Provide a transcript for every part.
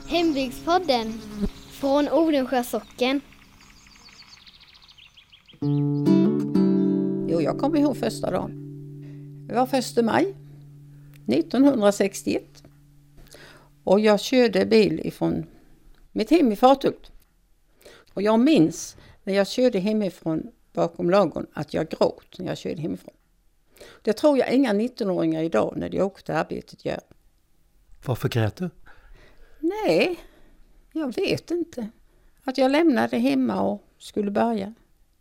Hembygdspodden från Odensjö socken. Jo, jag kommer ihåg första dagen. Det var 1 maj 1961. Och jag körde bil ifrån mitt hem i Farthult. Och jag minns när jag körde hemifrån bakom lagen att jag gråt när jag körde hemifrån. Det tror jag inga 19-åringar idag när de åker till arbetet gör. Varför grät du? Nej, jag vet inte. Att jag lämnade hemma och skulle börja.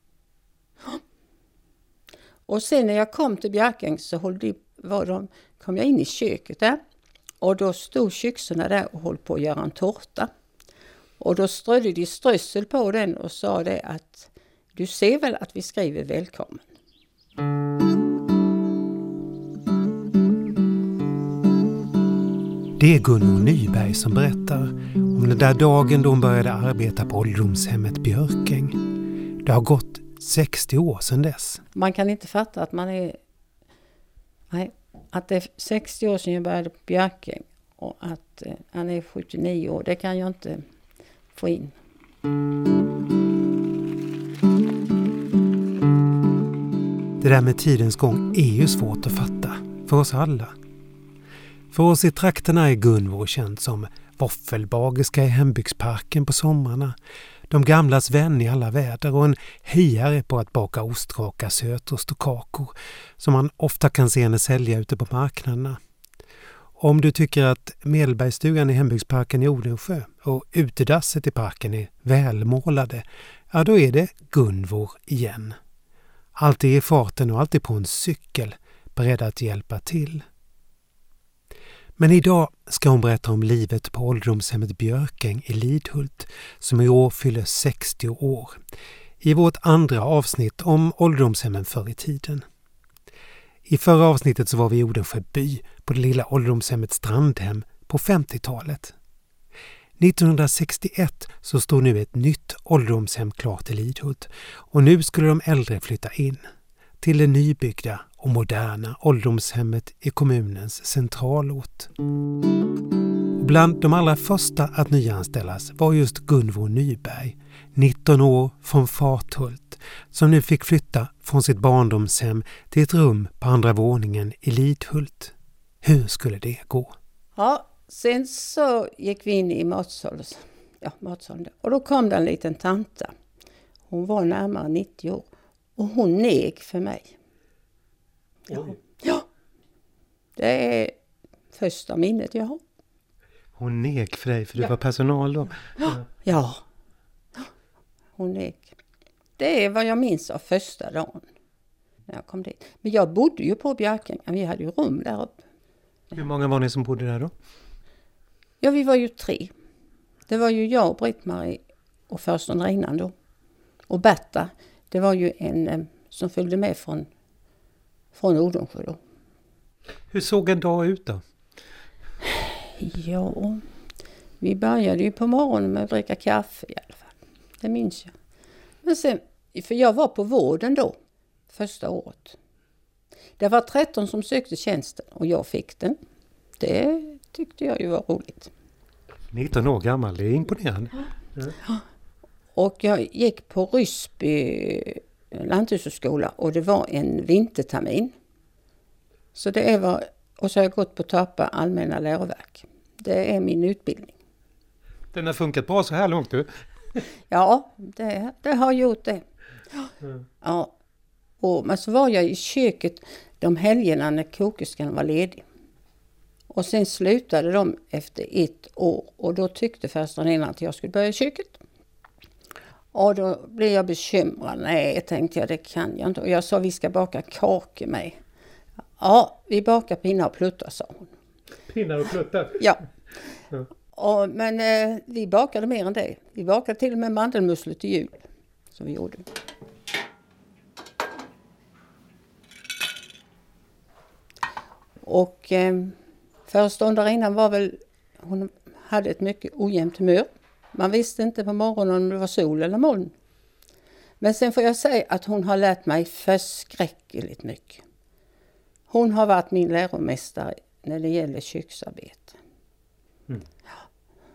Och sen när jag kom till Bjärkäng så kom jag in i köket där. Och då stod köksarna där och höll på att göra en tårta. Och då strödde de strössel på den och sa det att du ser väl att vi skriver välkommen. Det är Gunvor Nyberg som berättar om den där dagen då hon började arbeta på ålderdomshemmet Bjärkäng. Det har gått 60 år sedan dess. Man kan inte fatta att att det är 60 år sedan jag började på Bjärkäng och att han är 79 år. Det kan jag inte få in. Det där med tidens gång är ju svårt att fatta för oss alla. För oss i trakterna är Gunvor känd som våffelbagerska i hembygdsparken på somrarna, de gamlas vän i alla väder och en hejare på att baka ostrakar, sötost och kakor som man ofta kan se henne sälja ute på marknaderna. Om du tycker att Medelbergsstugan i hembygdsparken i Odensjö och utedasset i parken är välmålade, ja då är det Gunvor igen. Alltid i farten och alltid på en cykel, beredd att hjälpa till. Men idag ska hon berätta om livet på ålderdomshemmet Bjärkäng i Lidhult som i år fyller 60 år. I vårt andra avsnitt om ålderdomshemmen förr i tiden. I förra avsnittet så var vi i Odensjö by på det lilla ålderdomshemmet Strandhem på 50-talet. 1961 så stod nu ett nytt ålderdomshem klart i Lidhult och nu skulle de äldre flytta in till det nybyggda och moderna ålderdomshemmet i kommunens centralort. Bland de allra första att nyanställas var just Gunvor Nyberg, 19 år från Farthult, som nu fick flytta från sitt barndomshem till ett rum på andra våningen i Lidhult. Hur skulle det gå? Ja, sen så gick vi in i matsalen och då kom det en liten tanta. Hon var närmare 90 år och hon neg för mig. Ja, det är första minnet jag har. Hon neg för dig, för du var personal då? Ja, hon neg. Det är vad jag minns av första dagen när jag kom dit. Men jag bodde ju på Bjärkäng, vi hade ju rum där uppe. Hur många var ni som bodde där då? Ja, vi var ju 3. Det var ju jag, Britt-Marie och förståndarinnan då. Och Berta, det var ju en som följde med från Odensjö då. Hur såg en dag ut då? Ja, vi började ju på morgonen med att dricka kaffe i alla fall. Det minns jag. Men sen, för jag var på vården då, första året. Det var 13 som sökte tjänsten och jag fick den. Det tyckte jag ju var roligt. 19 år gammal, det är imponerande. Ja. Och jag gick på Ryssby lanthushållsskola och det var en vintertermin. Så och så har jag gått på Tapa allmänna läroverk. Det är min utbildning. Den har funkat bra så här långt du? Ja, det har gjort det. Ja. Men så var jag i köket de helgerna när kokerskan var ledig. Och sen slutade de efter 1 år och då tyckte förståndarinnan att jag skulle börja i köket. Och då blev jag bekymrad. Nej, tänkte jag, det kan jag inte. Och jag sa, vi ska baka kakor med. Ja, vi bakar pinnar och pluttar, sa hon. Pinnar och pluttar? Ja. Men vi bakade mer än det. Vi bakade till och med mandelmussel till jul. Som vi gjorde. Och föreståndarinnan hon hade ett mycket ojämnt humör. Man visste inte på morgonen om det var sol eller moln. Men sen får jag säga att hon har lärt mig förskräckligt mycket. Hon har varit min läromästare när det gäller köksarbete. Mm.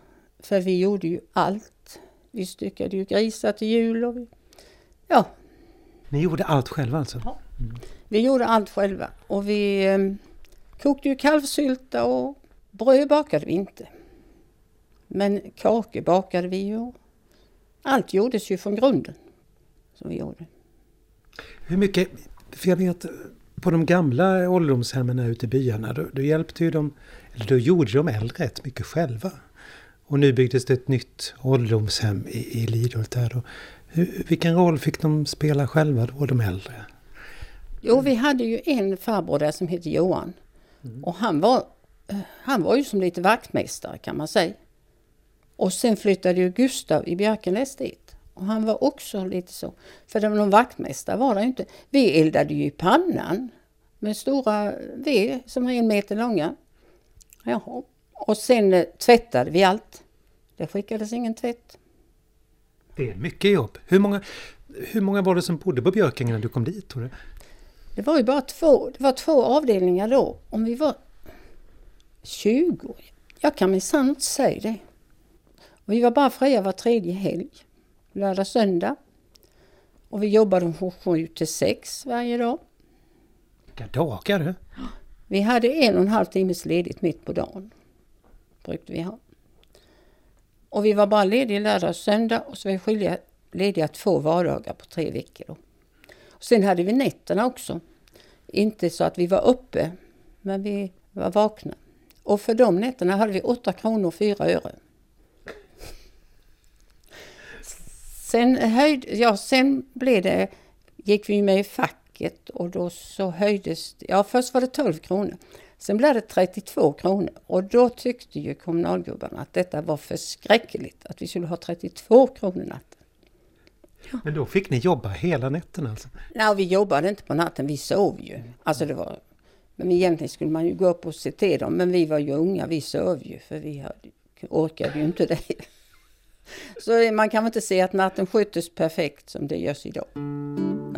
För vi gjorde ju allt. Vi styckade ju grisar till jul och ja. Ni gjorde allt själva alltså? Ja. Vi gjorde allt själva. Och vi kokade ju kalvsylta och bröd bakade vi inte. Men kakor bakade vi ju. Allt gjordes ju från grunden som vi gjorde. Hur mycket, för jag vet på de gamla ålderdomshemmen ute i byarna, då hjälpte ju då gjorde de äldre rätt mycket själva. Och nu byggdes det ett nytt ålderdomshem i Lidhult där. Vilken roll fick de spela själva då, de äldre? Jo, vi hade ju en farbror där som hette Johan. Och han var ju som lite vaktmästare kan man säga. Och sen flyttade ju Gustav i Björkenäs dit. Och han var också lite så. För det var någon vaktmästare var det ju inte. Vi eldade ju i pannan. Med stora ved som var 1 meter långa. Jaha. Och sen tvättade vi allt. Det skickades ingen tvätt. Det är mycket jobb. Hur många var det som bodde på Björkängen när du kom dit, tror du? Det var ju bara 2. Det var 2 avdelningar då. Om vi var 20. Jag kan minsann inte säga det. Och vi var bara fria var 3:e helg. Lördag, söndag. Och vi jobbade från 7 till 6 varje dag. Vilka dagar du? Vi hade 1,5 timmes ledigt mitt på dagen. Brukade vi ha. Och vi var bara lediga lördag och söndag. Och så var vi lediga 2 vardagar på 3 veckor då. Och sen hade vi nätterna också. Inte så att vi var uppe. Men vi var vakna. Och för de nätterna hade vi 8 kronor och 4 öre. Sen gick vi med i facket och då så höjdes, först var det 12 kronor. Sen blev det 32 kronor och då tyckte ju kommunalgubbarna att detta var förskräckligt att vi skulle ha 32 kronor natten. Ja. Men då fick ni jobba hela nätten alltså? Nej, vi jobbade inte på natten, vi sov ju. Alltså men egentligen skulle man ju gå upp och se till dem, men vi var ju unga, vi sov ju för vi orkade ju inte det. Så man kan väl inte säga att natten sköttes perfekt som det görs idag. Nej.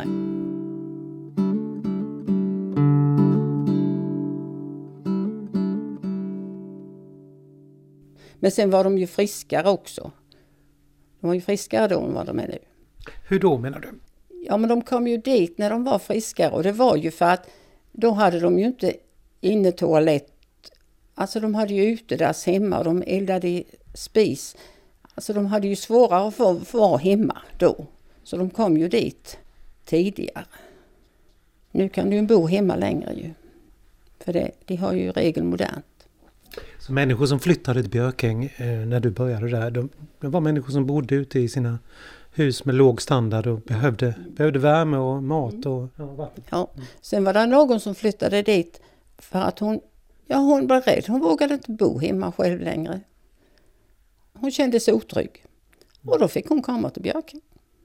Men sen var de ju friskare också. De var ju friskare då än vad de är nu. Hur då menar du? Ja, men de kom ju dit när de var friskare. Och det var ju för att då hade de ju inte innetoalett. Alltså de hade ju utedass hemma och de eldade i spis. Alltså de hade ju svårare att få vara hemma då. Så de kom ju dit tidigare. Nu kan du ju bo hemma längre ju. För de har ju regel modernt. Så människor som flyttade till Björkäng när du började där, de var människor som bodde ute i sina hus med låg standard och behövde värme och mat och vatten. Ja, sen var det någon som flyttade dit för att hon var rädd. Hon vågade inte bo hemma själv längre. Hon kände sig otrygg. Och då fick hon komma till Björkäng.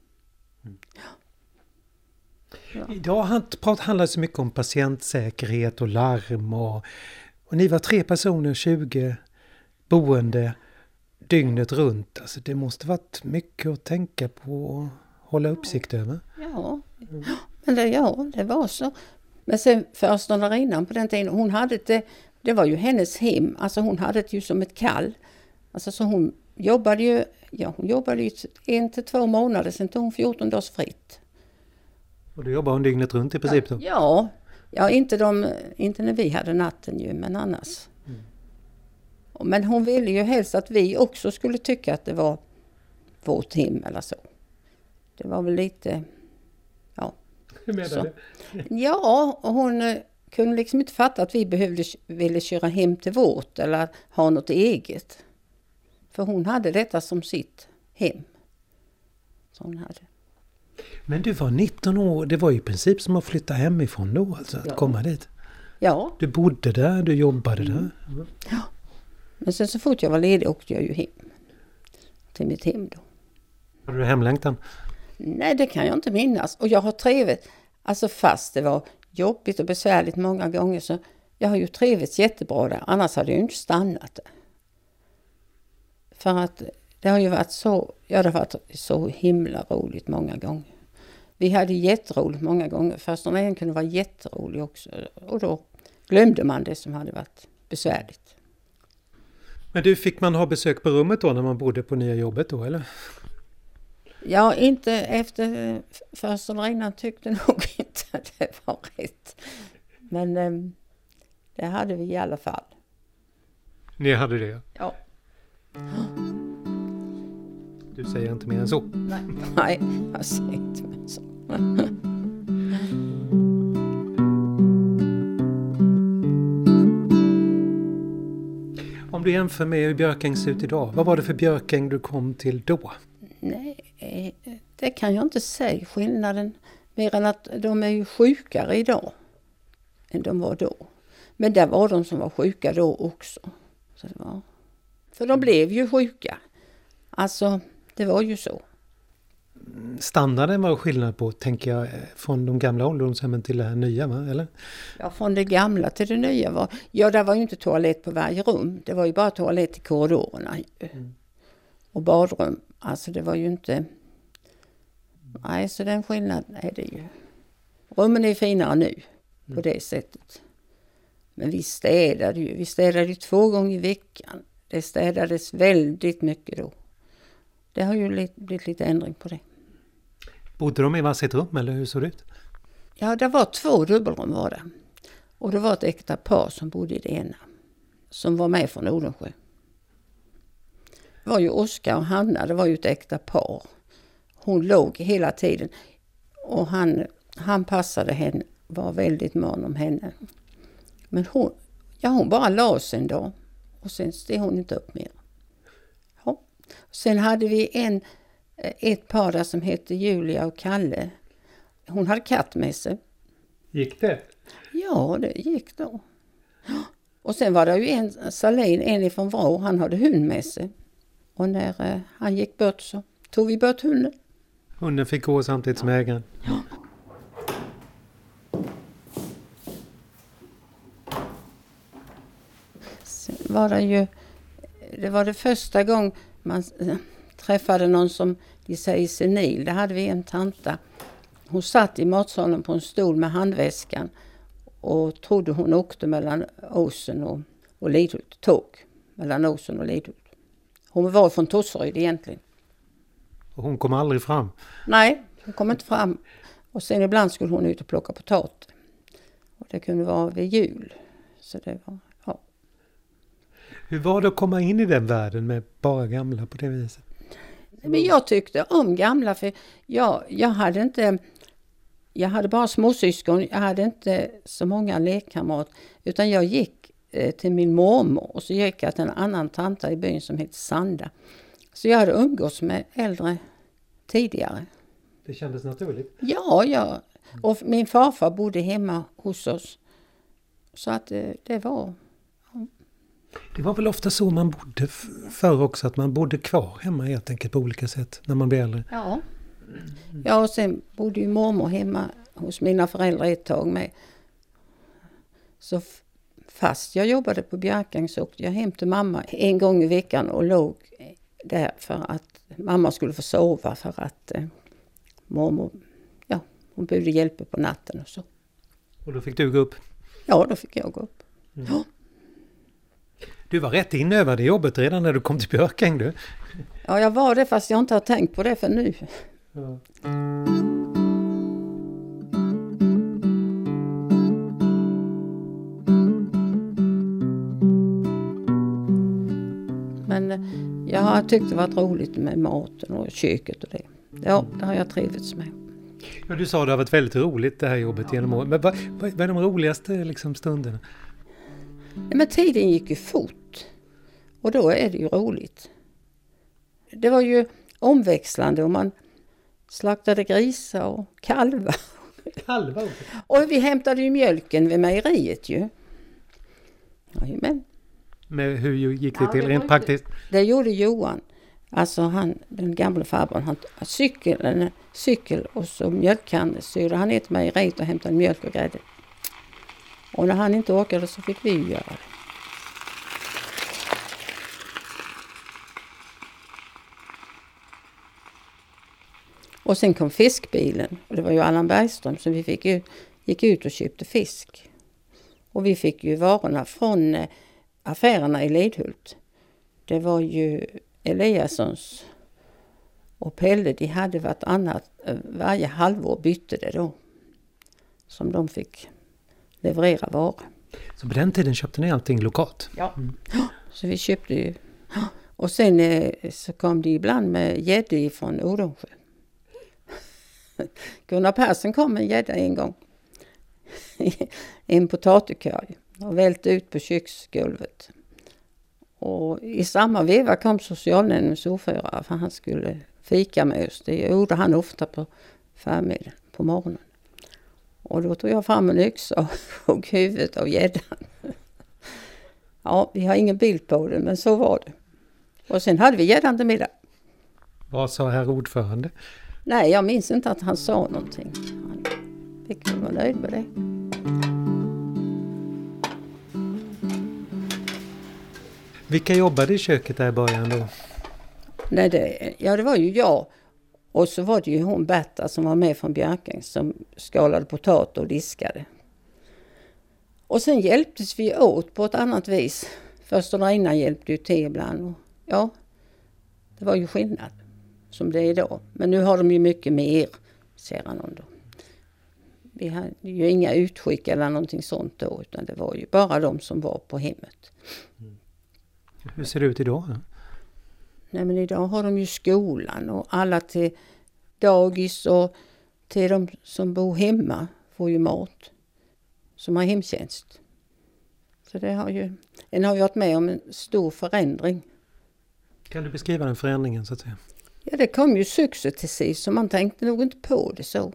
Ja. Idag handlar så mycket om patientsäkerhet och larm och ni var 3 personer, 20 boende dygnet runt. Alltså det måste varit mycket att tänka på och hålla uppsikt över. Ja, men det var så. Men sen föreståndarinnan på den tiden, hon hade det var ju hennes hem. Alltså hon hade det ju som ett kall. Alltså så hon jobbade ju 1 till 2 månader, sen tog hon 14 dagars fritt. Och du jobbade hon dygnet runt i princip då? Ja, inte när vi hade natten ju, men annars. Men hon ville ju helst att vi också skulle tycka att det var vårt hem eller så. Det var väl lite, Hur menar så. du? Ja, och hon kunde liksom inte fatta att vi ville köra hem till vårt eller ha något eget. För hon hade detta som sitt hem. Så hon hade. Men du var 19 år, det var ju i princip som att flytta hemifrån då, alltså att komma dit. Ja. Du bodde där, du jobbade där. Ja. Men sen så fort jag var ledig åkte jag ju hem. Till mitt hem då. Har du hemlängtan? Nej, det kan jag inte minnas. Och jag har trevligt, alltså fast det var jobbigt och besvärligt många gånger så jag har ju trevligt jättebra där. Annars hade jag ju inte stannat där. För att det har ju varit så himla roligt många gånger. Vi hade jätteroligt många gånger. Fast en kunde vara jätterolig också. Och då glömde man det som hade varit besvärligt. Men du, fick man ha besök på rummet då när man bodde på nya jobbet då, eller? Ja, inte efter förståndarinnan tyckte nog inte att det var rätt. Men det hade vi i alla fall. Ni hade det? Ja. Du säger inte mer än så? Nej, jag säger inte mer än så. Om du jämför med hur Björkäng ser ut idag, vad var det för Björkäng du kom till då? Nej, det kan jag inte säga skillnaden. Mer än att de är ju sjukare idag än de var då. Men det var de som var sjuka då också. Så det var. För de blev ju sjuka. Alltså, det var ju så. Standarden var skillnad på, tänker jag, från de gamla ålderdomshemmen till det här nya, va? Eller? Ja, från det gamla till det nya var... Ja, det var ju inte toalett på varje rum. Det var ju bara toalett i korridorerna. Och badrum. Alltså det var ju inte... Nej, så den skillnaden är det ju. Rummen är finare nu på det sättet. Men vi städade ju 2 gånger i veckan. Det städades väldigt mycket då. Det har ju blivit lite ändring på det. Bodde de i varsitt rum eller hur såg det ut? Ja, det var 2 dubbelrum var det. Och det var ett äkta par som bodde i det ena. Som var med från Odensjö. Det var ju Oskar och Hanna, det var ju ett äkta par. Hon låg hela tiden. Och han passade henne, var väldigt mån om henne. Men hon bara la sig en dag. Och sen steg hon inte upp mer. Ja. Sen hade vi ett par där som hette Julia och Kalle. Hon hade katt med sig. Gick det? Ja, det gick då. Och sen var det ju en Salin, en ifrån Vrå, han hade hund med sig. Och när han gick bort så tog vi bort hunden. Hunden fick gå samtidigt som ägaren? Ja. Sen var det var det första gång man träffade någon som de säger senil. Det hade vi en tanta. Hon satt i matsalen på en stol med handväskan och trodde hon åkte mellan Åsen och Lidhult. Tåg mellan Åsen och Lidhult. Hon var från Tosseryd egentligen. Och hon kom aldrig fram? Nej, hon kom inte fram. Och sen ibland skulle hon ut och plocka potatis. Och det kunde vara vid jul. Så det var, ja. Hur var det att komma in i den världen med bara gamla på det viset? Men jag tyckte om gamla för jag hade bara småsyskon. Jag hade inte så många lekkamrater. Utan jag gick till min mormor och så gick jag till en annan tanta i byn som heter Sanda. Så jag hade umgås med äldre tidigare. Det kändes naturligt? Ja. Och min farfar bodde hemma hos oss. Så att det var... Ja. Det var väl ofta så man bodde förr också, att man bodde kvar hemma helt enkelt på olika sätt när man blev äldre. Ja, och sen bodde ju mormor hemma hos mina föräldrar ett tag med. Så fast jag jobbade på Björkäng så åkte jag hem till mamma en gång i veckan och låg där för att mamma skulle få sova för att mormor, hon behövde hjälp på natten och så. Och då fick du gå upp? Ja, då fick jag gå upp. Mm. Ja. Du var rätt inövad i jobbet redan när du kom till Björkäng, du. Ja, jag var det fast jag inte har tänkt på det för nu. Ja. Men jag har tyckt det varit roligt med maten och köket och det. Ja, det har jag trivits med. Ja, du sa att det har varit väldigt roligt det här jobbet genom året. Men vad är de roligaste stunderna? Ja, men tiden gick ju fort. Och då är det ju roligt. Det var ju omväxlande och man slaktade grisar och kalvar. Kalvar? Och vi hämtade ju mjölken vid mejeriet ju. Jajamän. Men hur gick det till rent praktiskt? Det gjorde Johan. Alltså den gamla farbrorn, han cykel och så mjölkkanne syrde han ner till mejeriet och hämtade mjölk och grädde. Och när han inte orkade så fick vi ju göra det. Och sen kom fiskbilen. Och det var ju Allan Bergström som vi gick ut och köpte fisk. Och vi fick ju varorna från affärerna i Lidhult. det var ju Eliassons och Pelle, de hade varje halvår bytte det då. Som de fick leverera varor. Så på den tiden köpte ni allting lokalt? Ja, så vi köpte ju. Och sen så kom det ibland med gädda från Odensjö. Gunnar Persson kom med gädda en gång. En potatiskorg och välte ut på köksgolvet. Och i samma veva kom socialnämndens ordförande för han skulle fika med oss. Det gjorde han ofta på förmiddagen, på morgonen. Och då tog jag fram en yxa och huvudet av gäddan. Ja, vi har ingen bild på det, men så var det. Och sen hade vi gäddan till middag. Vad sa herr ordförande? Nej, jag minns inte att han sa någonting. Han fick väl vara nöjd med det. Vilka jobbade i köket där i början då? Nej, det var ju jag. Och så var det ju hon Berta som var med från Björking som skalade potatis och diskade. Och sen hjälptes vi åt på ett annat vis. Först och innan hjälpte ju till ibland. Och ja, det var ju skillnad som det är idag. Men nu har de ju mycket mer, säger han då. Vi hade ju inga utskick eller någonting sånt då, utan det var ju bara de som var på hemmet. Hur ser det ut idag? Nej, men idag har de ju skolan och alla till dagis och till de som bor hemma får ju mat som har hemtjänst. Så det har ju varit med om en stor förändring. Kan du beskriva den förändringen så att säga? Ja, det kom ju successivt så man tänkte nog inte på det så.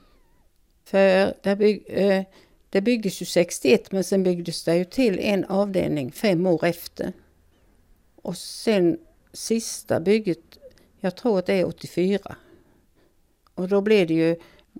För det byggdes ju 61 men sen byggdes det ju till en avdelning 5 år efter. Och sen sista bygget, jag tror att det är 84. Och då blev det ju,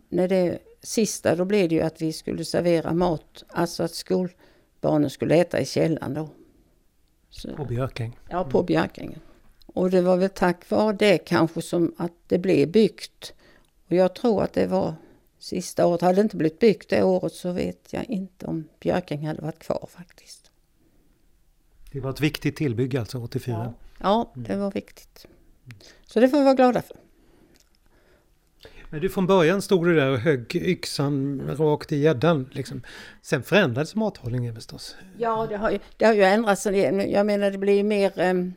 då blev det ju att vi skulle servera mat, alltså att skolbarnen skulle äta i källaren då. Så, på Björking? Ja, på Björkingen. Och det var väl tack vare det kanske som att det blev byggt. Och jag tror att det var sista året. Hade det inte blivit byggt det året så vet jag inte om Björking hade varit kvar faktiskt. Det var ett viktigt tillbygge alltså 84? Ja, det var viktigt. Så det får vi vara glada för. Men du, från början stod du där och högg yxan rakt i gäddan. Liksom. Sen förändrades mathållningen förstås. Ja, det har ju ändrats. Jag menar det blir mer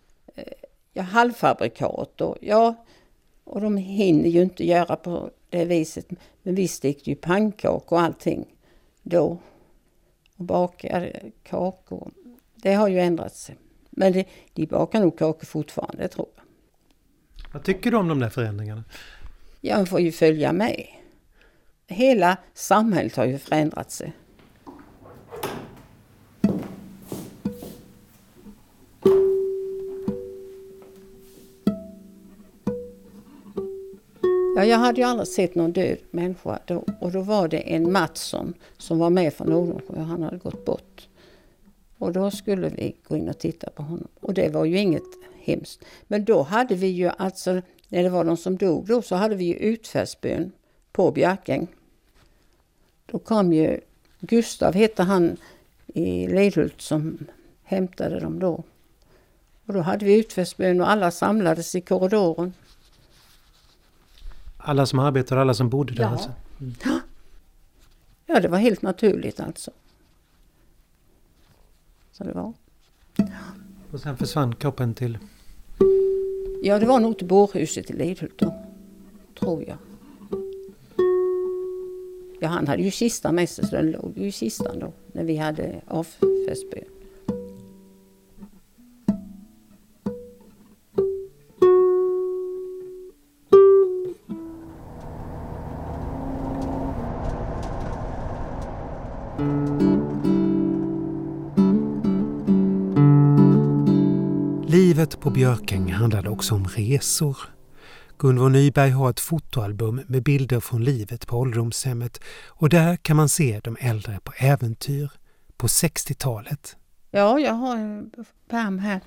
halvfabrikat. Och de hinner ju inte göra på det viset. Men vi stekte ju pannkakor och allting då. Och bakade kakor. Det har ju ändrat sig. Men de bakar nog kakor fortfarande, tror jag. Vad tycker du om de där förändringarna? Jag får ju följa med. Hela samhället har ju förändrat sig. Ja, jag hade ju aldrig sett någon död människa då. Och då var det en Mattsson som var med från Odensjö. Han hade gått bort. Och då skulle vi gå in och titta på honom. Och det var ju inget hemskt. Men då hade vi ju alltså, när det var någon som dog då, så hade vi ju utfärdsbön på Björking. Då kom ju Gustav, hette han i Lidhult, som hämtade dem då. Och då hade vi utfärdsbön och alla samlades i korridoren. Alla som arbetade och alla som bodde där alltså? Mm. Ja, det var helt naturligt alltså. Så det var. Och sen försvann kroppen till? Ja, det var nog till bårhuset i Lidhult då, tror jag. Ja, han hade ju kistan med sig så den låg ju i kistan då, när vi hade avfästbön. Livet på Björking handlade också om resor. Gunvor Nyberg har ett fotoalbum med bilder från livet på ålderdomshemmet och där kan man se de äldre på äventyr på 60-talet. Ja, jag har en pärm här.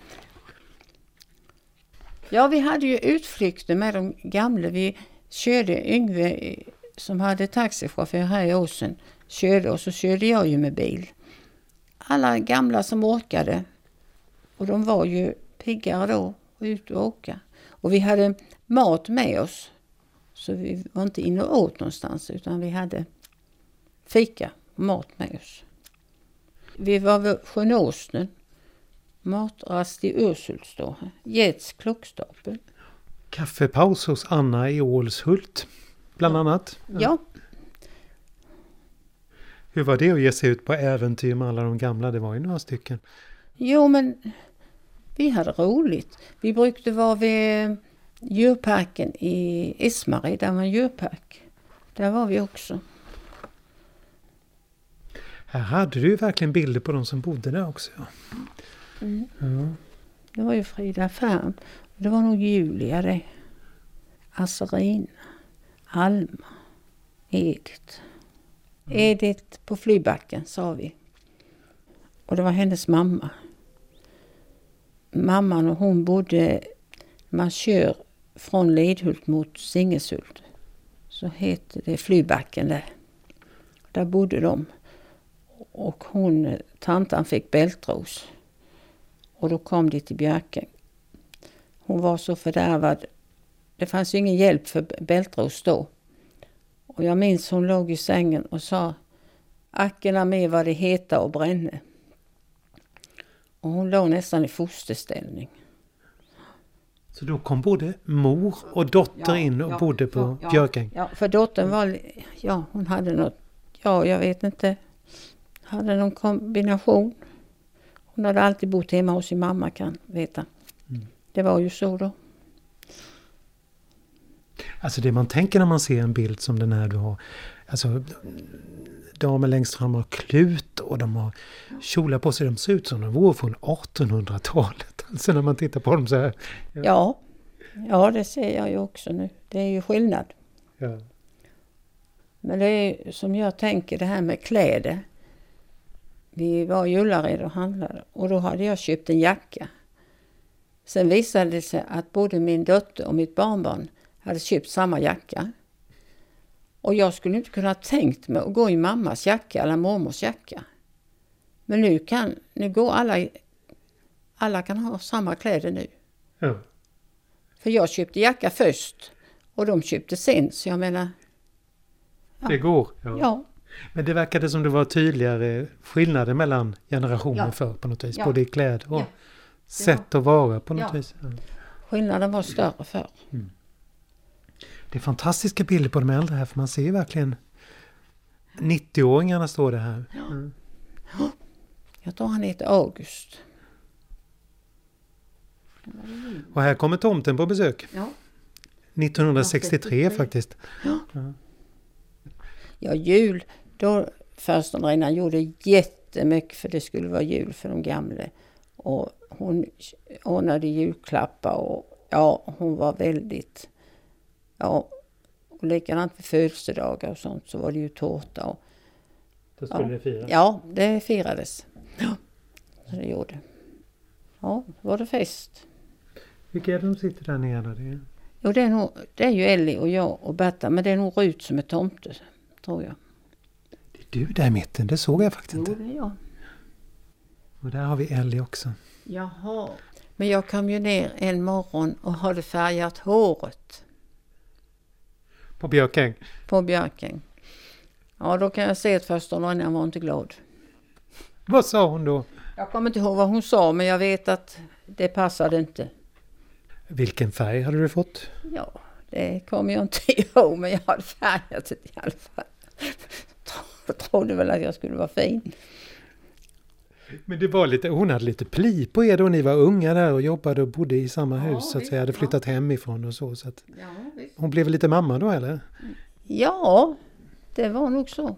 Ja, vi hade ju utflykter med de gamla. Vi körde Yngve som hade taxichaufför här i Åsen. Och så körde jag ju med bil. Alla gamla som åkade. Och de var ju piggare då och ut och åka. Och vi hade mat med oss. Så vi var inte inne och åt någonstans utan vi hade fika och mat med oss. Vi var vid sjön Åsnen. Matrast i Urshult då. Gets klockstapel. Kaffepaus hos Anna i Ålshult bland annat. Ja. Hur var det att ge sig ut på äventyr med alla de gamla? Det var ju några stycken. Jo, men vi hade roligt. Vi brukade vara vid djurparken i Esmarie. Där var en djurpark. Där var vi också. Här hade du ju verkligen bilder på de som bodde där också. Mm. Ja. Det var ju Frida Färm. Det var nog Julia det. Asserina. Alma. Edith. Edith på Flybacken sa vi. Och det var hennes mamma. Mamman och hon bodde, man kör från Lidhult mot Singeshult. Så heter det Flybacken där. Där bodde de. Och tantan fick bältros. Och då kom de till Björken. Hon var så fördärvad. Det fanns ju ingen hjälp för bältros då. Och jag minns hon låg i sängen och sa ackorna med vad det heter och bränne. Och hon låg nästan i fosterställning. Så då kom både mor och dotter in och bodde på Björkäng? Ja, för dottern var, hon hade något, jag vet inte, hade någon kombination. Hon hade alltid bott hemma hos sin mamma, kan veta. Mm. Det var ju så då. Alltså det man tänker när man ser en bild som den här du har, alltså damer längst fram har klut och de har kjolar på sig, de ser ut som de vore från 1800-talet. Alltså när man tittar på dem så här. Ja, det ser jag ju också nu. Det är ju skillnad. Ja. Men det är som jag tänker det här med kläder. Vi var i Ullared och handlade och då hade jag köpt en jacka. Sen visade det sig att både min dotter och mitt barnbarn hade köpt samma jacka. Och jag skulle inte kunna tänkt mig att gå i mammas jacka eller mormors jacka. Men nu går alla kan ha samma kläder nu. Ja. För jag köpte jacka först och de köpte sen, så jag menar... Ja. Det går. Ja. Men det verkade som det var tydligare skillnader mellan generationer för på något vis. Ja. Både i kläder och sätt att vara på något vis. Ja. Skillnaden var större förr. Mm. Det är fantastiska bilder på de äldre här, för man ser ju verkligen 90-åringarna står det här. Mm. Ja. Jag tror han heter August. Och här kommer tomten på besök. Ja. 1963 faktiskt. Ja. Ja, jul. Då förståndarinnan gjorde jättemycket för det skulle vara jul för de gamla. Och hon ordnade julklappar och hon var väldigt... Ja, och likadant för födelsedagar och sånt så var det ju tårta. Och, då skulle det firas? Ja, det firades. Ja, så det gjorde. Ja, då var det fest. Vilka är det som sitter där nere? Jo, det är ju Ellie och jag och Berta, men det är nog Rut som är tomte, tror jag. Det är du där i mitten, det såg jag faktiskt inte. Jo, det är jag. Och där har vi Ellie också. Jaha. Men jag kom ju ner en morgon och hade färgat håret. På Björkäng? På Björkäng. Ja, då kan jag se att första dagen var inte glad. Vad sa hon då? Jag kommer inte ihåg vad hon sa, men jag vet att det passade inte. Vilken färg hade du fått? Ja, det kommer jag inte ihåg, men jag hade färgat det i alla fall. Jag trodde väl att jag skulle vara fin. Men det var hon hade lite pli på er då ni var unga där och jobbade och bodde i samma hus så att säga, hade flyttat hemifrån och så att hon blev lite mamma då eller? Ja, det var nog så.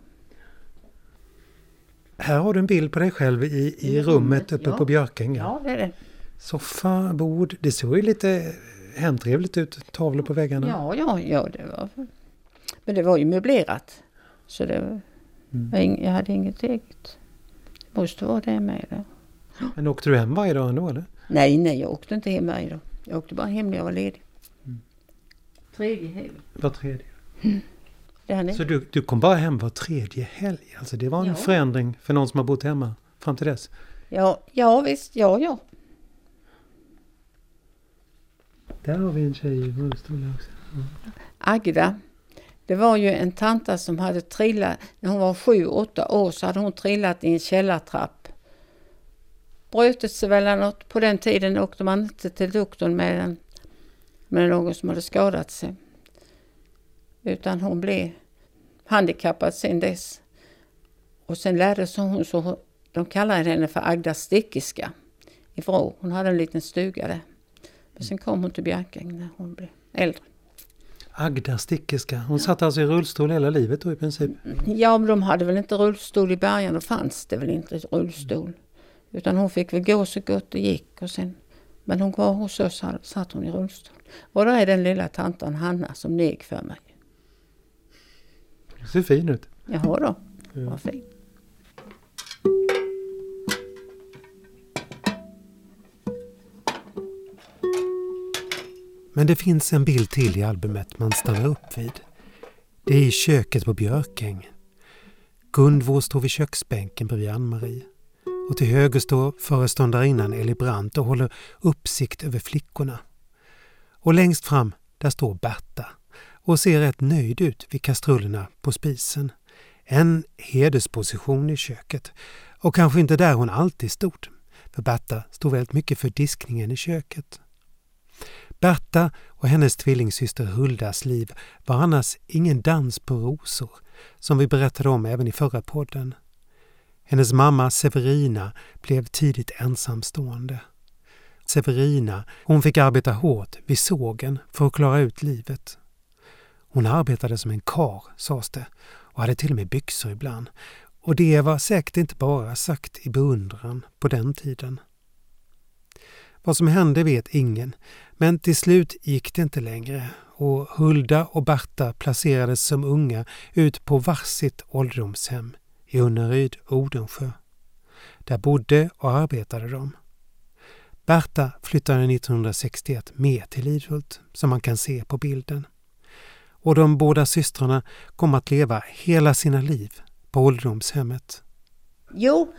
Här har du en bild på dig själv i rummet uppe på Björkäng. Ja, det är det. Soffa, bord, det såg ju lite hemtrevligt ut, tavlor på väggarna. Ja, det var. Men det var ju möblerat. Så det jag hade inget eget. Det måste vara det med det. Men åkte du hem varje dag ändå eller? Nej, jag åkte inte hem varje dag. Jag åkte bara hem när jag var ledig. Tredje helg. Var tredje? Så du kom bara hem var tredje helg? Alltså det var en förändring för någon som har bott hemma fram till dess? Ja, visst. Ja. Där har vi en tjej i rullstol också. Mm. Agda. Det var ju en tanta som hade trillat, när hon var 7-8 år så hade hon trillat i en källartrapp. Brötet sig väl eller något. På den tiden åkte man inte till doktorn med någon som hade skadat sig. Utan hon blev handikappad sen dess. Och sen lärde sig hon så, de kallade henne för Agda Stickiska i Vrå. Hon hade en liten stuga där. Men sen kom hon till Bjärkäng när hon blev äldre. Agda Stickiska. Hon satt alltså i rullstol hela livet då i princip? Ja, men de hade väl inte rullstol i början. Då fanns det väl inte rullstol. Utan hon fick väl gå så gott det gick. Och sen, men hon var hos oss och satt hon i rullstol. Och då är den lilla tantan Hanna som neg för mig. Det ser fin ut. Jaha då, vad fint. Men det finns en bild till i albumet man stannar upp vid. Det är i köket på Björkäng. Gunvor står vid köksbänken bredvid Ann-Marie. Och till höger står föreståndarinnan Ellie Brandt och håller uppsikt över flickorna. Och längst fram, där står Berta och ser rätt nöjd ut vid kastrullerna på spisen. En hedersposition i köket. Och kanske inte där hon alltid stod. För Berta stod väldigt mycket för diskningen i köket. Berta och hennes tvillingsyster Huldas liv var annars ingen dans på rosor, som vi berättade om även i förra podden. Hennes mamma Severina blev tidigt ensamstående. Severina, hon fick arbeta hårt vid sågen för att klara ut livet. Hon arbetade som en kar, sades det, och hade till och med byxor ibland. Och det var säkert inte bara sagt i beundran på den tiden. Vad som hände vet ingen, men till slut gick det inte längre och Hulda och Berta placerades som unga ut på varsitt ålderdomshem i Unnaryd, Odensjö. Där bodde och arbetade de. Berta flyttade 1961 med till Lidhult, som man kan se på bilden. Och de båda systrarna kom att leva hela sina liv på ålderdomshemmet. Jo,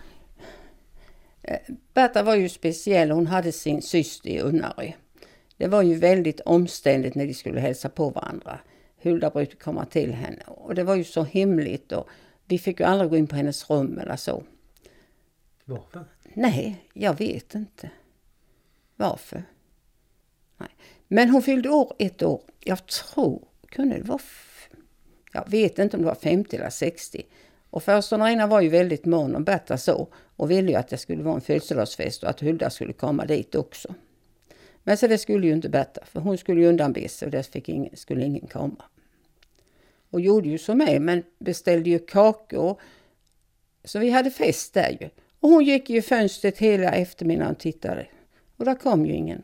Berta var ju speciell. Hon hade sin syster i Unnaryd. Det var ju väldigt omständigt när de skulle hälsa på varandra. Hulda brukade komma till henne. Och det var ju så hemligt. Och vi fick ju aldrig gå in på hennes rum eller så. Varför? Nej, jag vet inte. Varför? Nej. Men hon fyllde ett år. Jag tror, kunde det vara... Jag vet inte om det var 50 eller 60. Och föreståndarinnan var ju väldigt mån om Berta så. Och ville ju att det skulle vara en födelsedagsfest och att Hulda skulle komma dit också. Men så det skulle ju inte Berta. För hon skulle ju undanbe sig och där skulle ingen komma. Och gjorde ju som mig, men beställde ju kakor. Så vi hade fest där ju. Och hon gick ju i fönstret hela eftermiddagen och tittade. Och där kom ju ingen.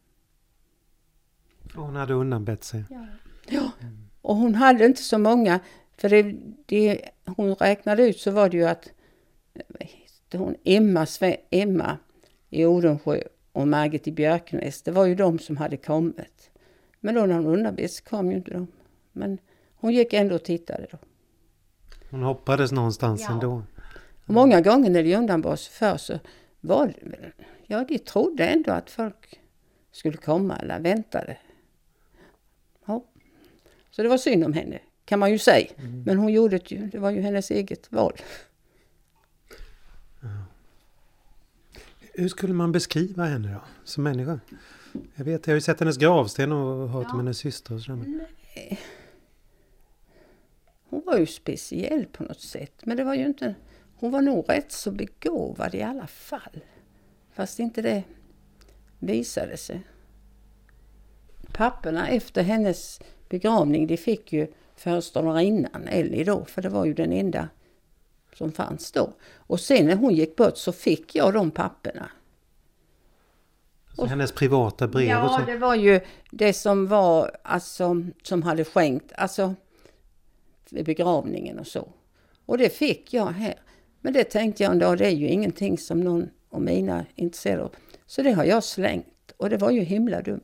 Och hon hade undanbett sig. Ja. Och hon hade inte så många. För det hon räknade ut så var det ju att hon Emma i Odensjö och Margit i Björknäs, det var ju de som hade kommit. Men då när hon undanbett så kom ju inte de. Men hon gick ändå och tittade då. Hon hoppades någonstans ändå. Och många gånger när de undanbar sig för så var det väl, ja, de trodde ändå att folk skulle komma eller väntade. Ja. Så det var synd om henne, kan man ju säga. Men hon gjorde det var ju hennes eget val. Ja. Hur skulle man beskriva henne då, som människa? Jag har ju sett hennes gravsten och hört om hennes syster och sådär. Nej. Hon var ju speciell på något sätt. Men det var ju inte... Hon var nog rätt så begåvad i alla fall. Fast inte det visade sig. Papporna efter hennes begravning, de fick ju föreståndarinnan Ellie då. För det var ju den enda som fanns då. Och sen när hon gick bort så fick jag de papporna. Så hennes privata brev och så? Ja, det var ju det som var, alltså, som hade skänkt, alltså vid begravningen och så. Och det fick jag här. Men det tänkte jag ändå, det är ju ingenting som någon av mina är intresserade av. Så det har jag slängt. Och det var ju himla dumt.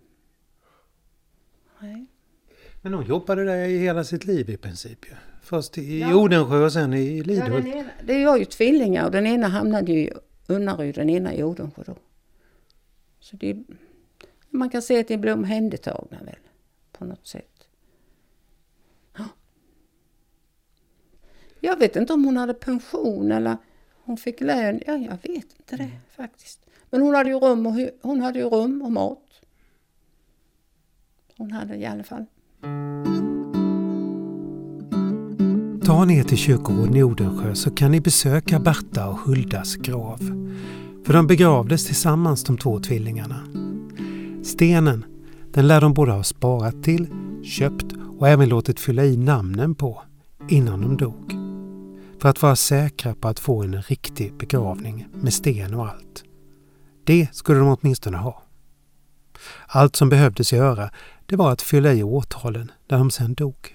Nej. Men hon jobbade där i hela sitt liv i princip ju. Först i Odensjö och sen i Lidhult. Ja, det var ju tvillingar och den ena hamnade ju i Unnaryd, den ena i Odensjö då. Så det, Man kan se att de blev omhändertagna väl, på något sätt. Ja. Jag vet inte om hon hade pension eller hon fick lön. Ja, jag vet inte det faktiskt. Men hon hade ju rum och mat. Hon hade i alla fall. Ta ner till kyrkogården i Odensjö så kan ni besöka Berta och Huldas grav. För de begravdes tillsammans, de 2 tvillingarna. Stenen, den lär de båda ha sparat till, köpt och även låtit fylla i namnen på innan de dog. För att vara säkra på att få en riktig begravning med sten och allt. Det skulle de åtminstone ha. Allt som behövdes göra, det var att fylla i årtalen där de sen dog.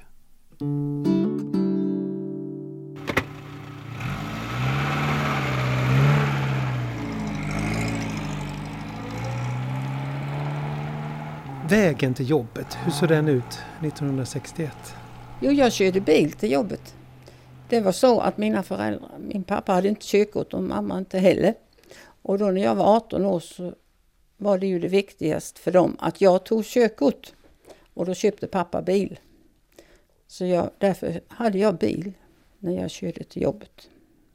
Vägen till jobbet, hur såg den ut 1961? Jo, jag körde bil till jobbet. Det var så att mina föräldrar, min pappa hade inte körkort och mamma inte heller. Och då när jag var 18 år så var det ju det viktigaste för dem att jag tog körkort. Och då köpte pappa bil. Så därför hade jag bil när jag körde till jobbet.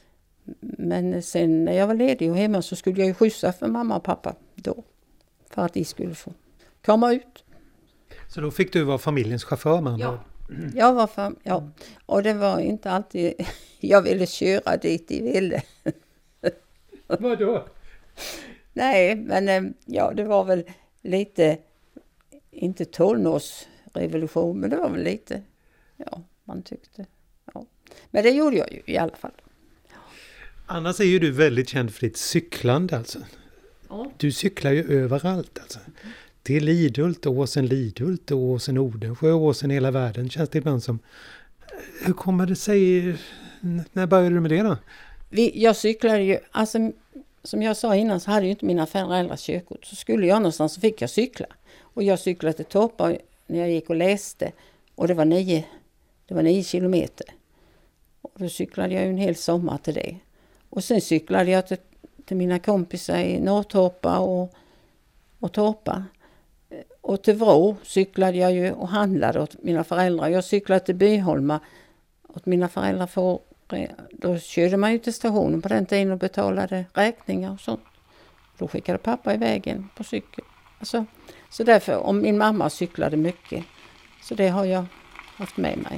Men sen när jag var ledig och hemma så skulle jag ju skjutsa för mamma och pappa då. För att de skulle få komma ut. Så då fick du vara familjens chaufför man? Ja, jag var ja. Och det var inte alltid jag ville köra dit de ville. Vadå? Nej, men ja, det var väl lite, inte tonårsrevolution, men det var väl lite, ja, man tyckte. Ja. Men det gjorde jag ju i alla fall. Annars är ju du väldigt känd för ditt cyklande alltså. Ja. Du cyklar ju överallt alltså. Till Lidhult, Åsen Odensjö, Åsen hela världen känns det ibland som. Hur kommer det sig, när började du med det då? Jag cyklade ju, alltså som jag sa innan så hade ju inte mina föräldrar körkort. Så skulle jag någonstans så fick jag cykla. Och jag cyklade till Torpa när jag gick och läste. Och det var 9 kilometer. Och då cyklade jag ju en hel sommar till det. Och sen cyklade jag till mina kompisar i Norrtorpa och Torpa. Och till Vrå cyklade jag ju och handlade åt mina föräldrar. Jag cyklade till Byholma åt mina föräldrar för då körde man ju till stationen på den tiden och betalade räkningar och sånt. Då skickade pappa iväg en på cykel. Alltså, så därför, om min mamma cyklade mycket. Så det har jag haft med mig.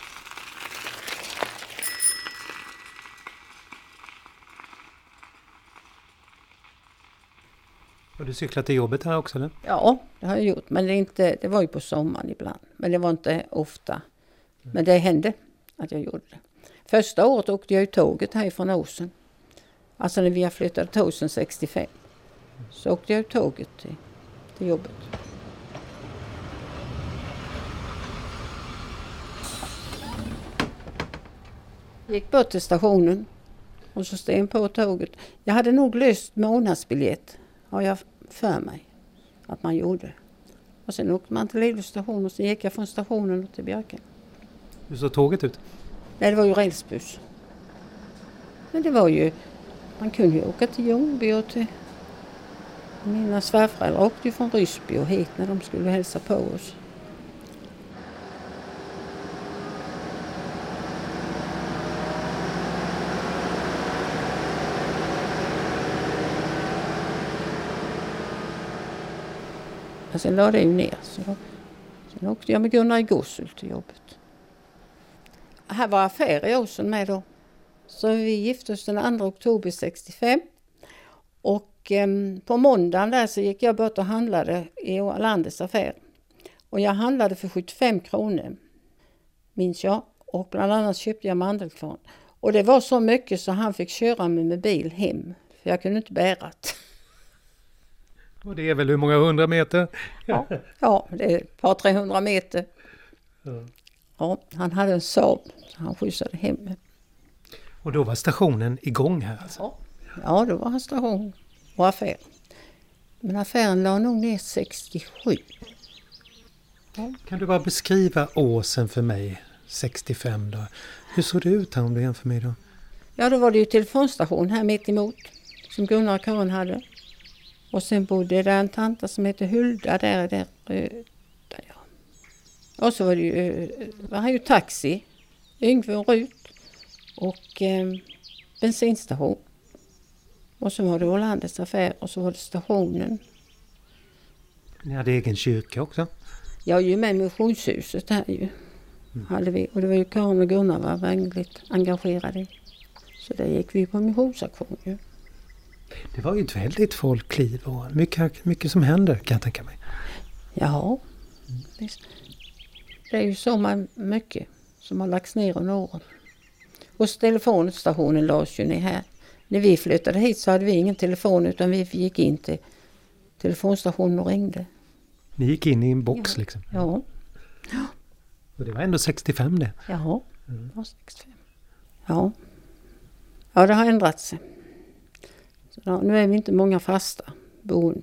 Har du cyklat till jobbet här också eller? Ja, det har jag gjort. Men det var ju på sommaren ibland. Men det var inte ofta. Men det hände att jag gjorde det. Första året åkte jag ju tåget härifrån Åsen. Alltså när vi flyttade till Åsen 65. Så åkte jag tåget till jobbet. Gick bort till stationen och så steg på tåget. Jag hade nog löst månadsbiljett, har jag för mig att man gjorde. Och sen åkte man till Lidhult station och så gick jag från stationen till Björken. Hur såg tåget ut? Nej, det var ju rälsbuss. Men det var ju, man kunde ju åka till Ljungby och till mina svärföräldrar åkte ju från Rysby och hit när de skulle hälsa på oss. Och sen lade det ju ner. Sen åkte jag med Gunnar i Goshult till jobbet. Här var affär i Åsen med då. Så vi gifte oss den 2 oktober 65. Och på måndagen där så gick jag bort och handlade i Ålandets affär. Och jag handlade för 75 kronor, minns jag. Och bland annat köpte jag mandelkvarn. Och det var så mycket så han fick köra mig med bil hem. För jag kunde inte bära det. Och det är väl hur många 100 meter? Ja, det är ett par 300 meter. Ja, han hade en Saab så han skjutsade hem. Och då var stationen igång här alltså? Ja, då var station och affär. Men affären la nog ner 67. Ja. Kan du bara beskriva Åsen för mig, 65 då? Hur såg det ut här om du jämför mig då? Ja, då var det ju telefonstation här mitt emot som Gunnar och Karin hade. Och sen bodde det en tanta som heter Hulda där ja. Och så var det ju taxi, Yngve och Rut och bensinstation. Och så var det Ålandets affär och så var det stationen. Ni hade egen kyrka också? Jag är ju med i missionshuset här ju. Hade vi. Och det var ju Karin och Gunnar var väldigt engagerade i. Så där gick vi på missionsaktion ju. Det var ju ett väldigt folkliv och mycket som händer kan jag tänka mig. Ja, visst. Det är ju så mycket som har lagts ner under åren. Och telefonstationen lades ju ner här. När vi flyttade hit så hade vi ingen telefon utan vi gick in till telefonstationen och ringde. Ni gick in i en box liksom? Ja. Och det var ändå 65 det? Ja, det var 65. Ja. Ja, det har ändrat sig. Så då, nu är vi inte många fasta boende.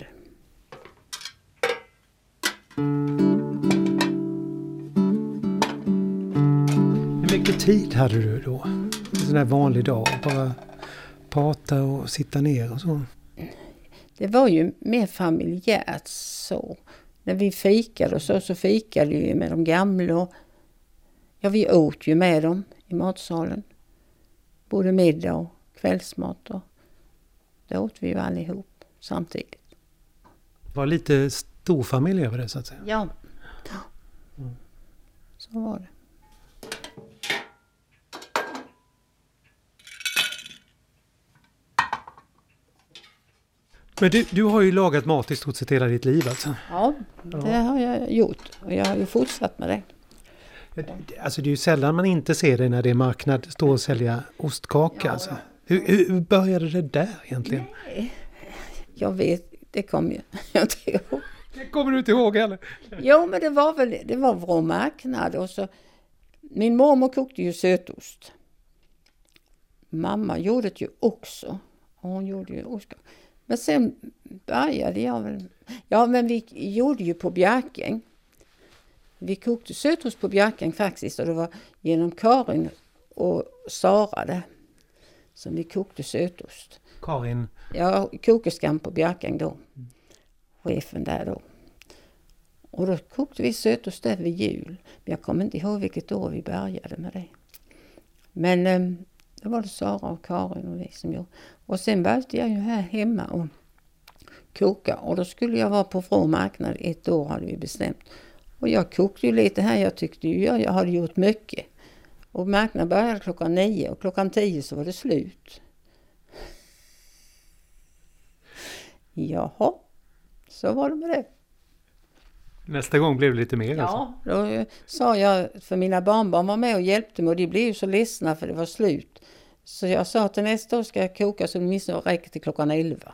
Hur mycket tid hade du då? En sån där vanlig dag? Bara prata och sitta ner och så? Det var ju mer familjärt så. När vi fikade och så fikade vi med de gamla. Och, ja, vi åt ju med dem i matsalen. Både middag och kvällsmat. Och det åt vi ju allihop samtidigt. Det var lite stor familj över det så att säga? Ja. Så var det. Men du har ju lagat mat i stort sett hela ditt liv alltså? Ja, det har jag gjort. Och jag har ju fortsatt med det. Alltså det är ju sällan man inte ser det när det är marknad stå och sälja ostkaka. Ja, alltså. Hur började det där egentligen? Nej, jag vet, det kommer jag inte ihåg. Det kommer du inte ihåg heller? Jo, men det var vår marknad. Och så, min mormor kokte ju sötost. Mamma gjorde det ju också. Och hon gjorde ju ostkaka. Men sen började jag väl... Ja, men vi gjorde ju på Bjärkäng. Vi kokte sötost på Bjärkäng faktiskt. Och det var genom Karin och Sara där som vi kokte sötost. Karin? Ja, kokerskan på Bjärkäng då. Chefen där då. Och då kokte vi sötost där vid jul. Men jag kommer inte ihåg vilket år vi började med det. Men då var det Sara och Karin och vi som gjorde. Och sen började jag ju här hemma och koka. Och då skulle jag vara på Vrå marknad 1 år hade vi bestämt. Och jag kokte ju lite här. Jag tyckte ju jag hade gjort mycket. Och marknaden började 9:00 och 10:00 så var det slut. Jaha, så var det med det. Nästa gång blev det lite mer alltså? Ja, då sa jag, för mina barnbarn var med och hjälpte mig och de blev ju så ledsna för det var slut. Så jag sa till nästa år ska jag koka så det minst räcker till 11:00.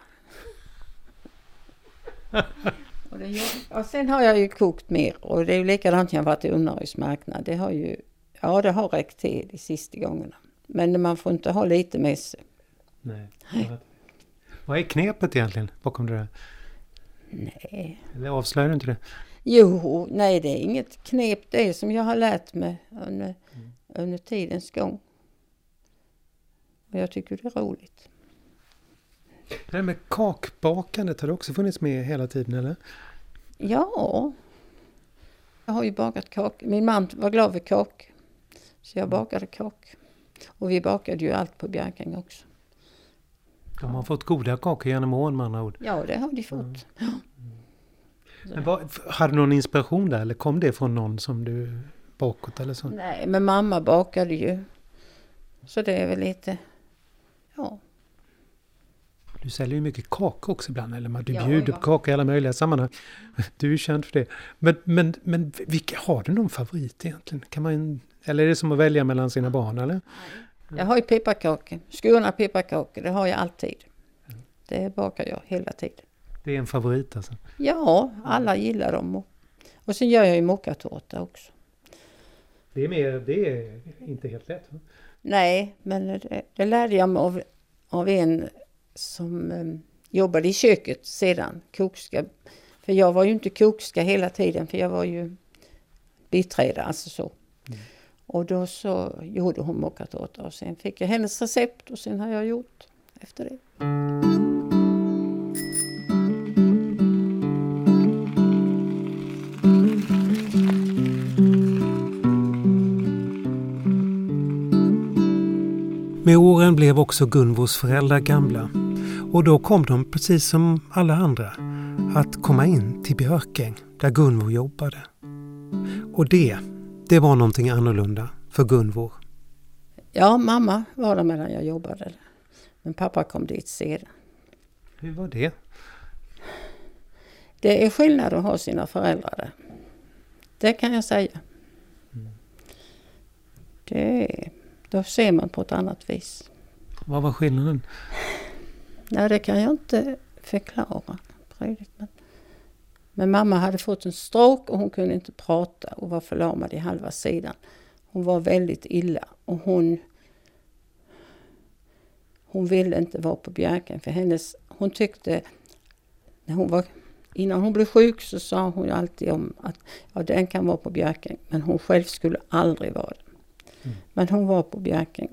Och sen har jag ju kokt mer och det är ju likadant när jag varit i Unnaröds marknad. Det har räckt till de sista gångerna. Men man får inte ha lite med sig. Nej. Vad är knepet egentligen bakom det där? Nej. Eller avslöjar du inte det? Jo, nej det är inget knep. Det är som jag har lärt mig under tidens gång. Och jag tycker det är roligt. Det här med kakbakandet har det också funnits med hela tiden, eller? Ja. Jag har ju bakat kak. Min man var glad vid kak. Så jag bakade kak. Och vi bakade ju allt på Bjärkäng också. De har fått goda kakor genom åren med andra ord. Ja, det har de fått. Ja. Men hade du någon inspiration där? Eller kom det från någon som du bakåt eller så? Nej, men mamma bakade ju. Så det är väl lite... Ja. Du säljer ju mycket kakor också ibland. Eller du bjuder på kakor i alla möjliga sammanhang. Du är känd för det. Men har du någon favorit egentligen? Eller är det som att välja mellan sina barn, eller? Jag har ju pepparkakor. Skurna pepparkakor, det har jag alltid. Det bakar jag hela tiden. Det är en favorit alltså? Ja, alla gillar dem. Och sen gör jag ju mockatårta också. Det är inte helt lätt. Va? Nej, men det lärde jag mig av en som jobbade i köket sedan, kokska. För jag var ju inte kokska hela tiden, för jag var ju biträdare, alltså så. Mm. Och då så gjorde hon mockatårta och sen fick jag hennes recept och sen har jag gjort efter det. Med åren blev också Gunvors föräldrar gamla och då kom de, precis som alla andra, att komma in till Björkäng där Gunvor jobbade. Och det var någonting annorlunda för Gunvor. Ja, mamma var där medan jag jobbade. Men pappa kom dit sedan. Hur var det? Det är skillnad att ha sina föräldrar där. Det kan jag säga. Då ser man på ett annat vis. Vad var skillnaden? Nej, det kan jag inte förklara. Men mamma hade fått en stroke och hon kunde inte prata och var förlamad i halva sidan. Hon var väldigt illa och hon ville inte vara på Björkäng för hon tyckte innan hon blev sjuk så sa hon alltid om att den kan vara på Björkäng men hon själv skulle aldrig vara det. Men hon var på Björkäng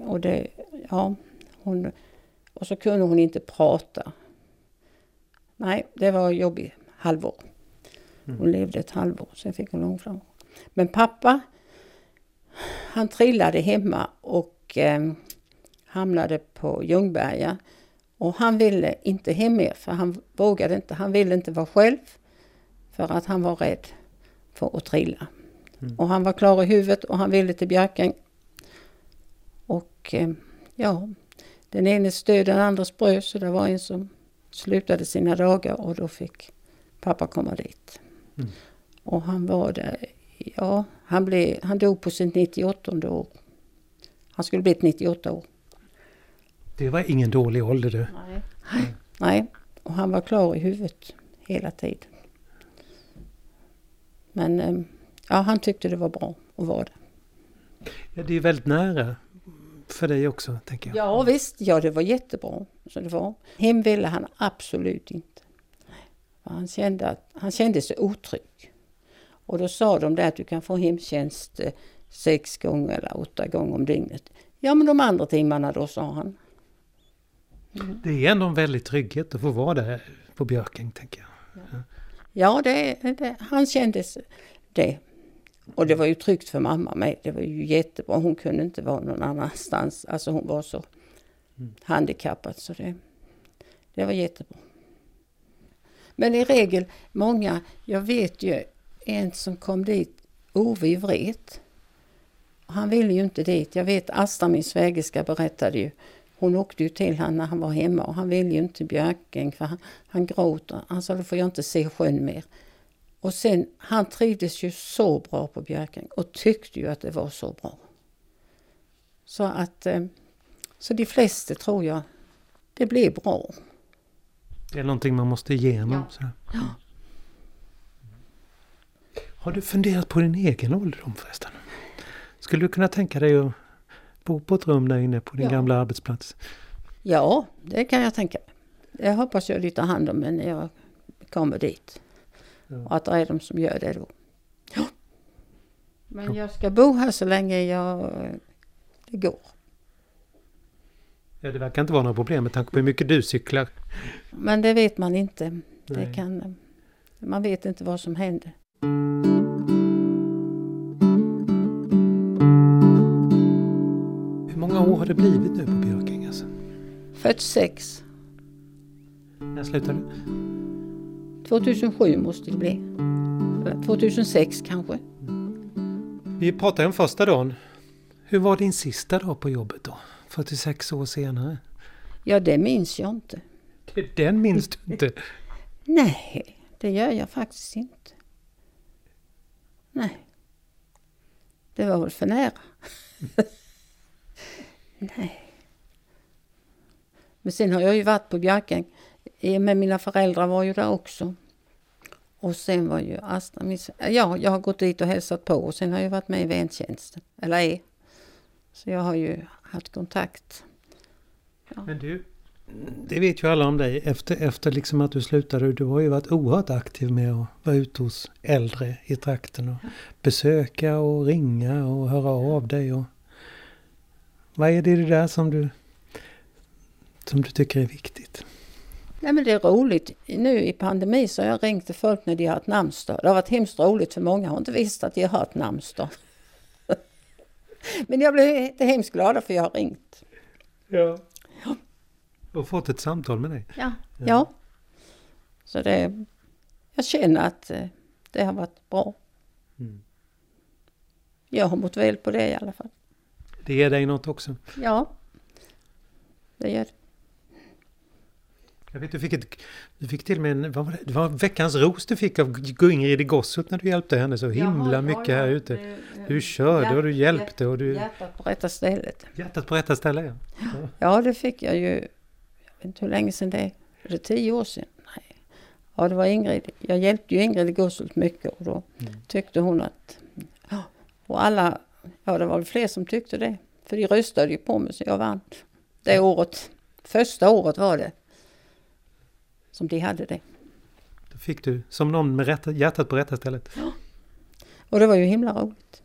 och så kunde hon inte prata. Nej, det var jobbigt halvår. Hon levde ett halvår, sen fick hon långflagor. Men pappa, han trillade hemma och hamnade på Ljungberga. Och han ville inte hem mer, för han vågade inte. Han ville inte vara själv, för att han var rädd för att trilla. Och han var klar i huvudet och han ville till Björkäng. Och den ene stöd, den andres bröd, så det var en som slutade sina dagar och då fick pappa komma dit. Och han var där, han dog på sitt 98 år. Han skulle bli 98 år. Det var ingen dålig ålder du. Nej, och han var klar i huvudet hela tiden. Men han tyckte det var bra att vara där. Ja, det är väldigt nära för dig också, tänker jag. Ja visst, det var jättebra. Så det var. Hem ville han absolut inte. Han kände sig otrygg. Och då sa de där att du kan få hemtjänst 6 gånger eller 8 gånger om dygnet. Ja, men de andra timmarna då, sa han. Det är ändå en väldigt trygghet att få vara där på Björkäng, tänker jag. Ja, han kände det. Och det var ju tryggt för mamma med. Det var ju jättebra. Hon kunde inte vara någon annanstans. Alltså hon var så handikappad. Så det var jättebra. Men i regel, jag vet ju en som kom dit, Ove Wret. Han ville ju inte dit. Jag vet Asta, min svägerska, berättade ju. Hon åkte ju till han när han var hemma och han ville ju inte till Björkäng för han gråter. Han sa, då får jag inte se sjön mer. Och sen, han trivdes ju så bra på Björkäng och tyckte ju att det var så bra. Så de flesta tror jag, det blev bra. Det är någonting man måste igenom. Ja. Har du funderat på din egen ålderdom förresten? Skulle du kunna tänka dig att bo på ett rum där inne på din gamla arbetsplats? Ja, det kan jag tänka mig. Jag hoppas jag lyfter hand om mig när jag kommer dit. Ja. Och att det är de som gör det då. Ja. Men jag ska bo här så länge det går. Ja, det verkar inte vara något problem med tanke på hur mycket du cyklar. Men det vet man inte. Man vet inte vad som händer. Hur många år har det blivit nu på Björkäng? Alltså? 46. När slutade du? 2007 måste det bli. 2006 kanske. Vi pratar om första dagen. Hur var din sista dag på jobbet då? 46 år senare. Ja, det minns jag inte. Den minns du inte? Nej, det gör jag faktiskt inte. Nej. Det var väl för nära. Nej. Men sen har jag ju varit på Björkäng. Men mina föräldrar var ju där också. Och sen var ju Asta. Jag har gått dit och hälsat på. Och sen har jag varit med i väntjänsten. Eller Så jag har ju haft kontakt. Ja. Men du, det vet ju alla om dig. Efter liksom att du slutade, du har ju varit oerhört aktiv med att vara ute hos äldre i trakten. Och besöka och ringa och höra av dig. Och vad är det där som du tycker är viktigt? Nej, men det är roligt. Nu i pandemi så har jag ringt till folk när de har ett namnsdag. Det har varit hemskt roligt för många har inte visst att de har ett namnsdag. Men jag blev inte hemskt glad för jag har ringt. Ja. Och fått ett samtal med dig. Ja. Så jag känner att det har varit bra. Mm. Jag har mått väl på det i alla fall. Det ger dig något också. Ja, det gör det. Jag vet, du fick till med det var veckans ros du fick av Ingrid Gossut när du hjälpte henne så himla mycket här ute. Du körde och du hjälpte. Och du... Hjärtat på rätta stället. Hjärtat på rätta stället, ja. Ja, det fick jag ju. Jag vet inte hur länge sedan det är. Är det 10 år sedan? Nej. Ja, det var Ingrid. Jag hjälpte ju Ingrid Gossut mycket och då tyckte hon att... Och alla, det var väl fler som tyckte det. För de röstade ju på mig så jag vann. Det året. Första året var det. Som de hade det. Då fick du som någon med hjärtat på rätta stället. Ja. Och det var ju himla roligt.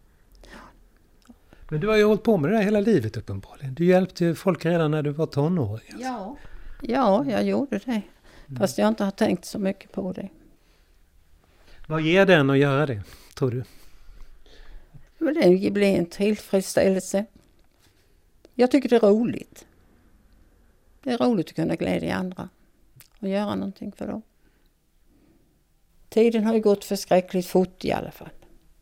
Men du har ju hållit på med det där hela livet uppenbarligen. Du hjälpte folk redan när du var tonåring. Alltså. Ja, jag gjorde det. Fast jag inte har tänkt så mycket på det. Vad ger den att göra det, tror du? Det blir en tillfredsställelse. Jag tycker det är roligt. Det är roligt att kunna glädja andra. Och göra någonting för dem. Tiden har ju gått förskräckligt fort i alla fall.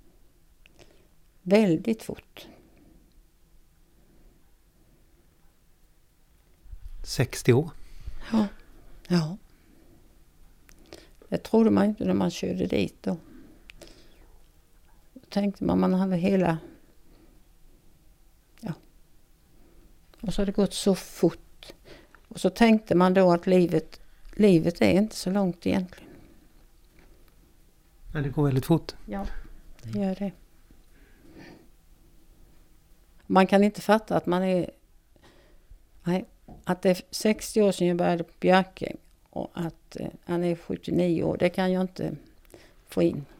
Väldigt fort. 60 år. Ja. Det trodde man inte när man körde dit då. Då tänkte man hade hela... Ja. Och så har det gått så fort. Och så tänkte man då att livet är inte så långt egentligen. Men det går väldigt fort. Ja, det gör det. Man kan inte fatta att att det är 60 år sedan jag började på Björke och att han är 79 år. Det kan jag inte få in.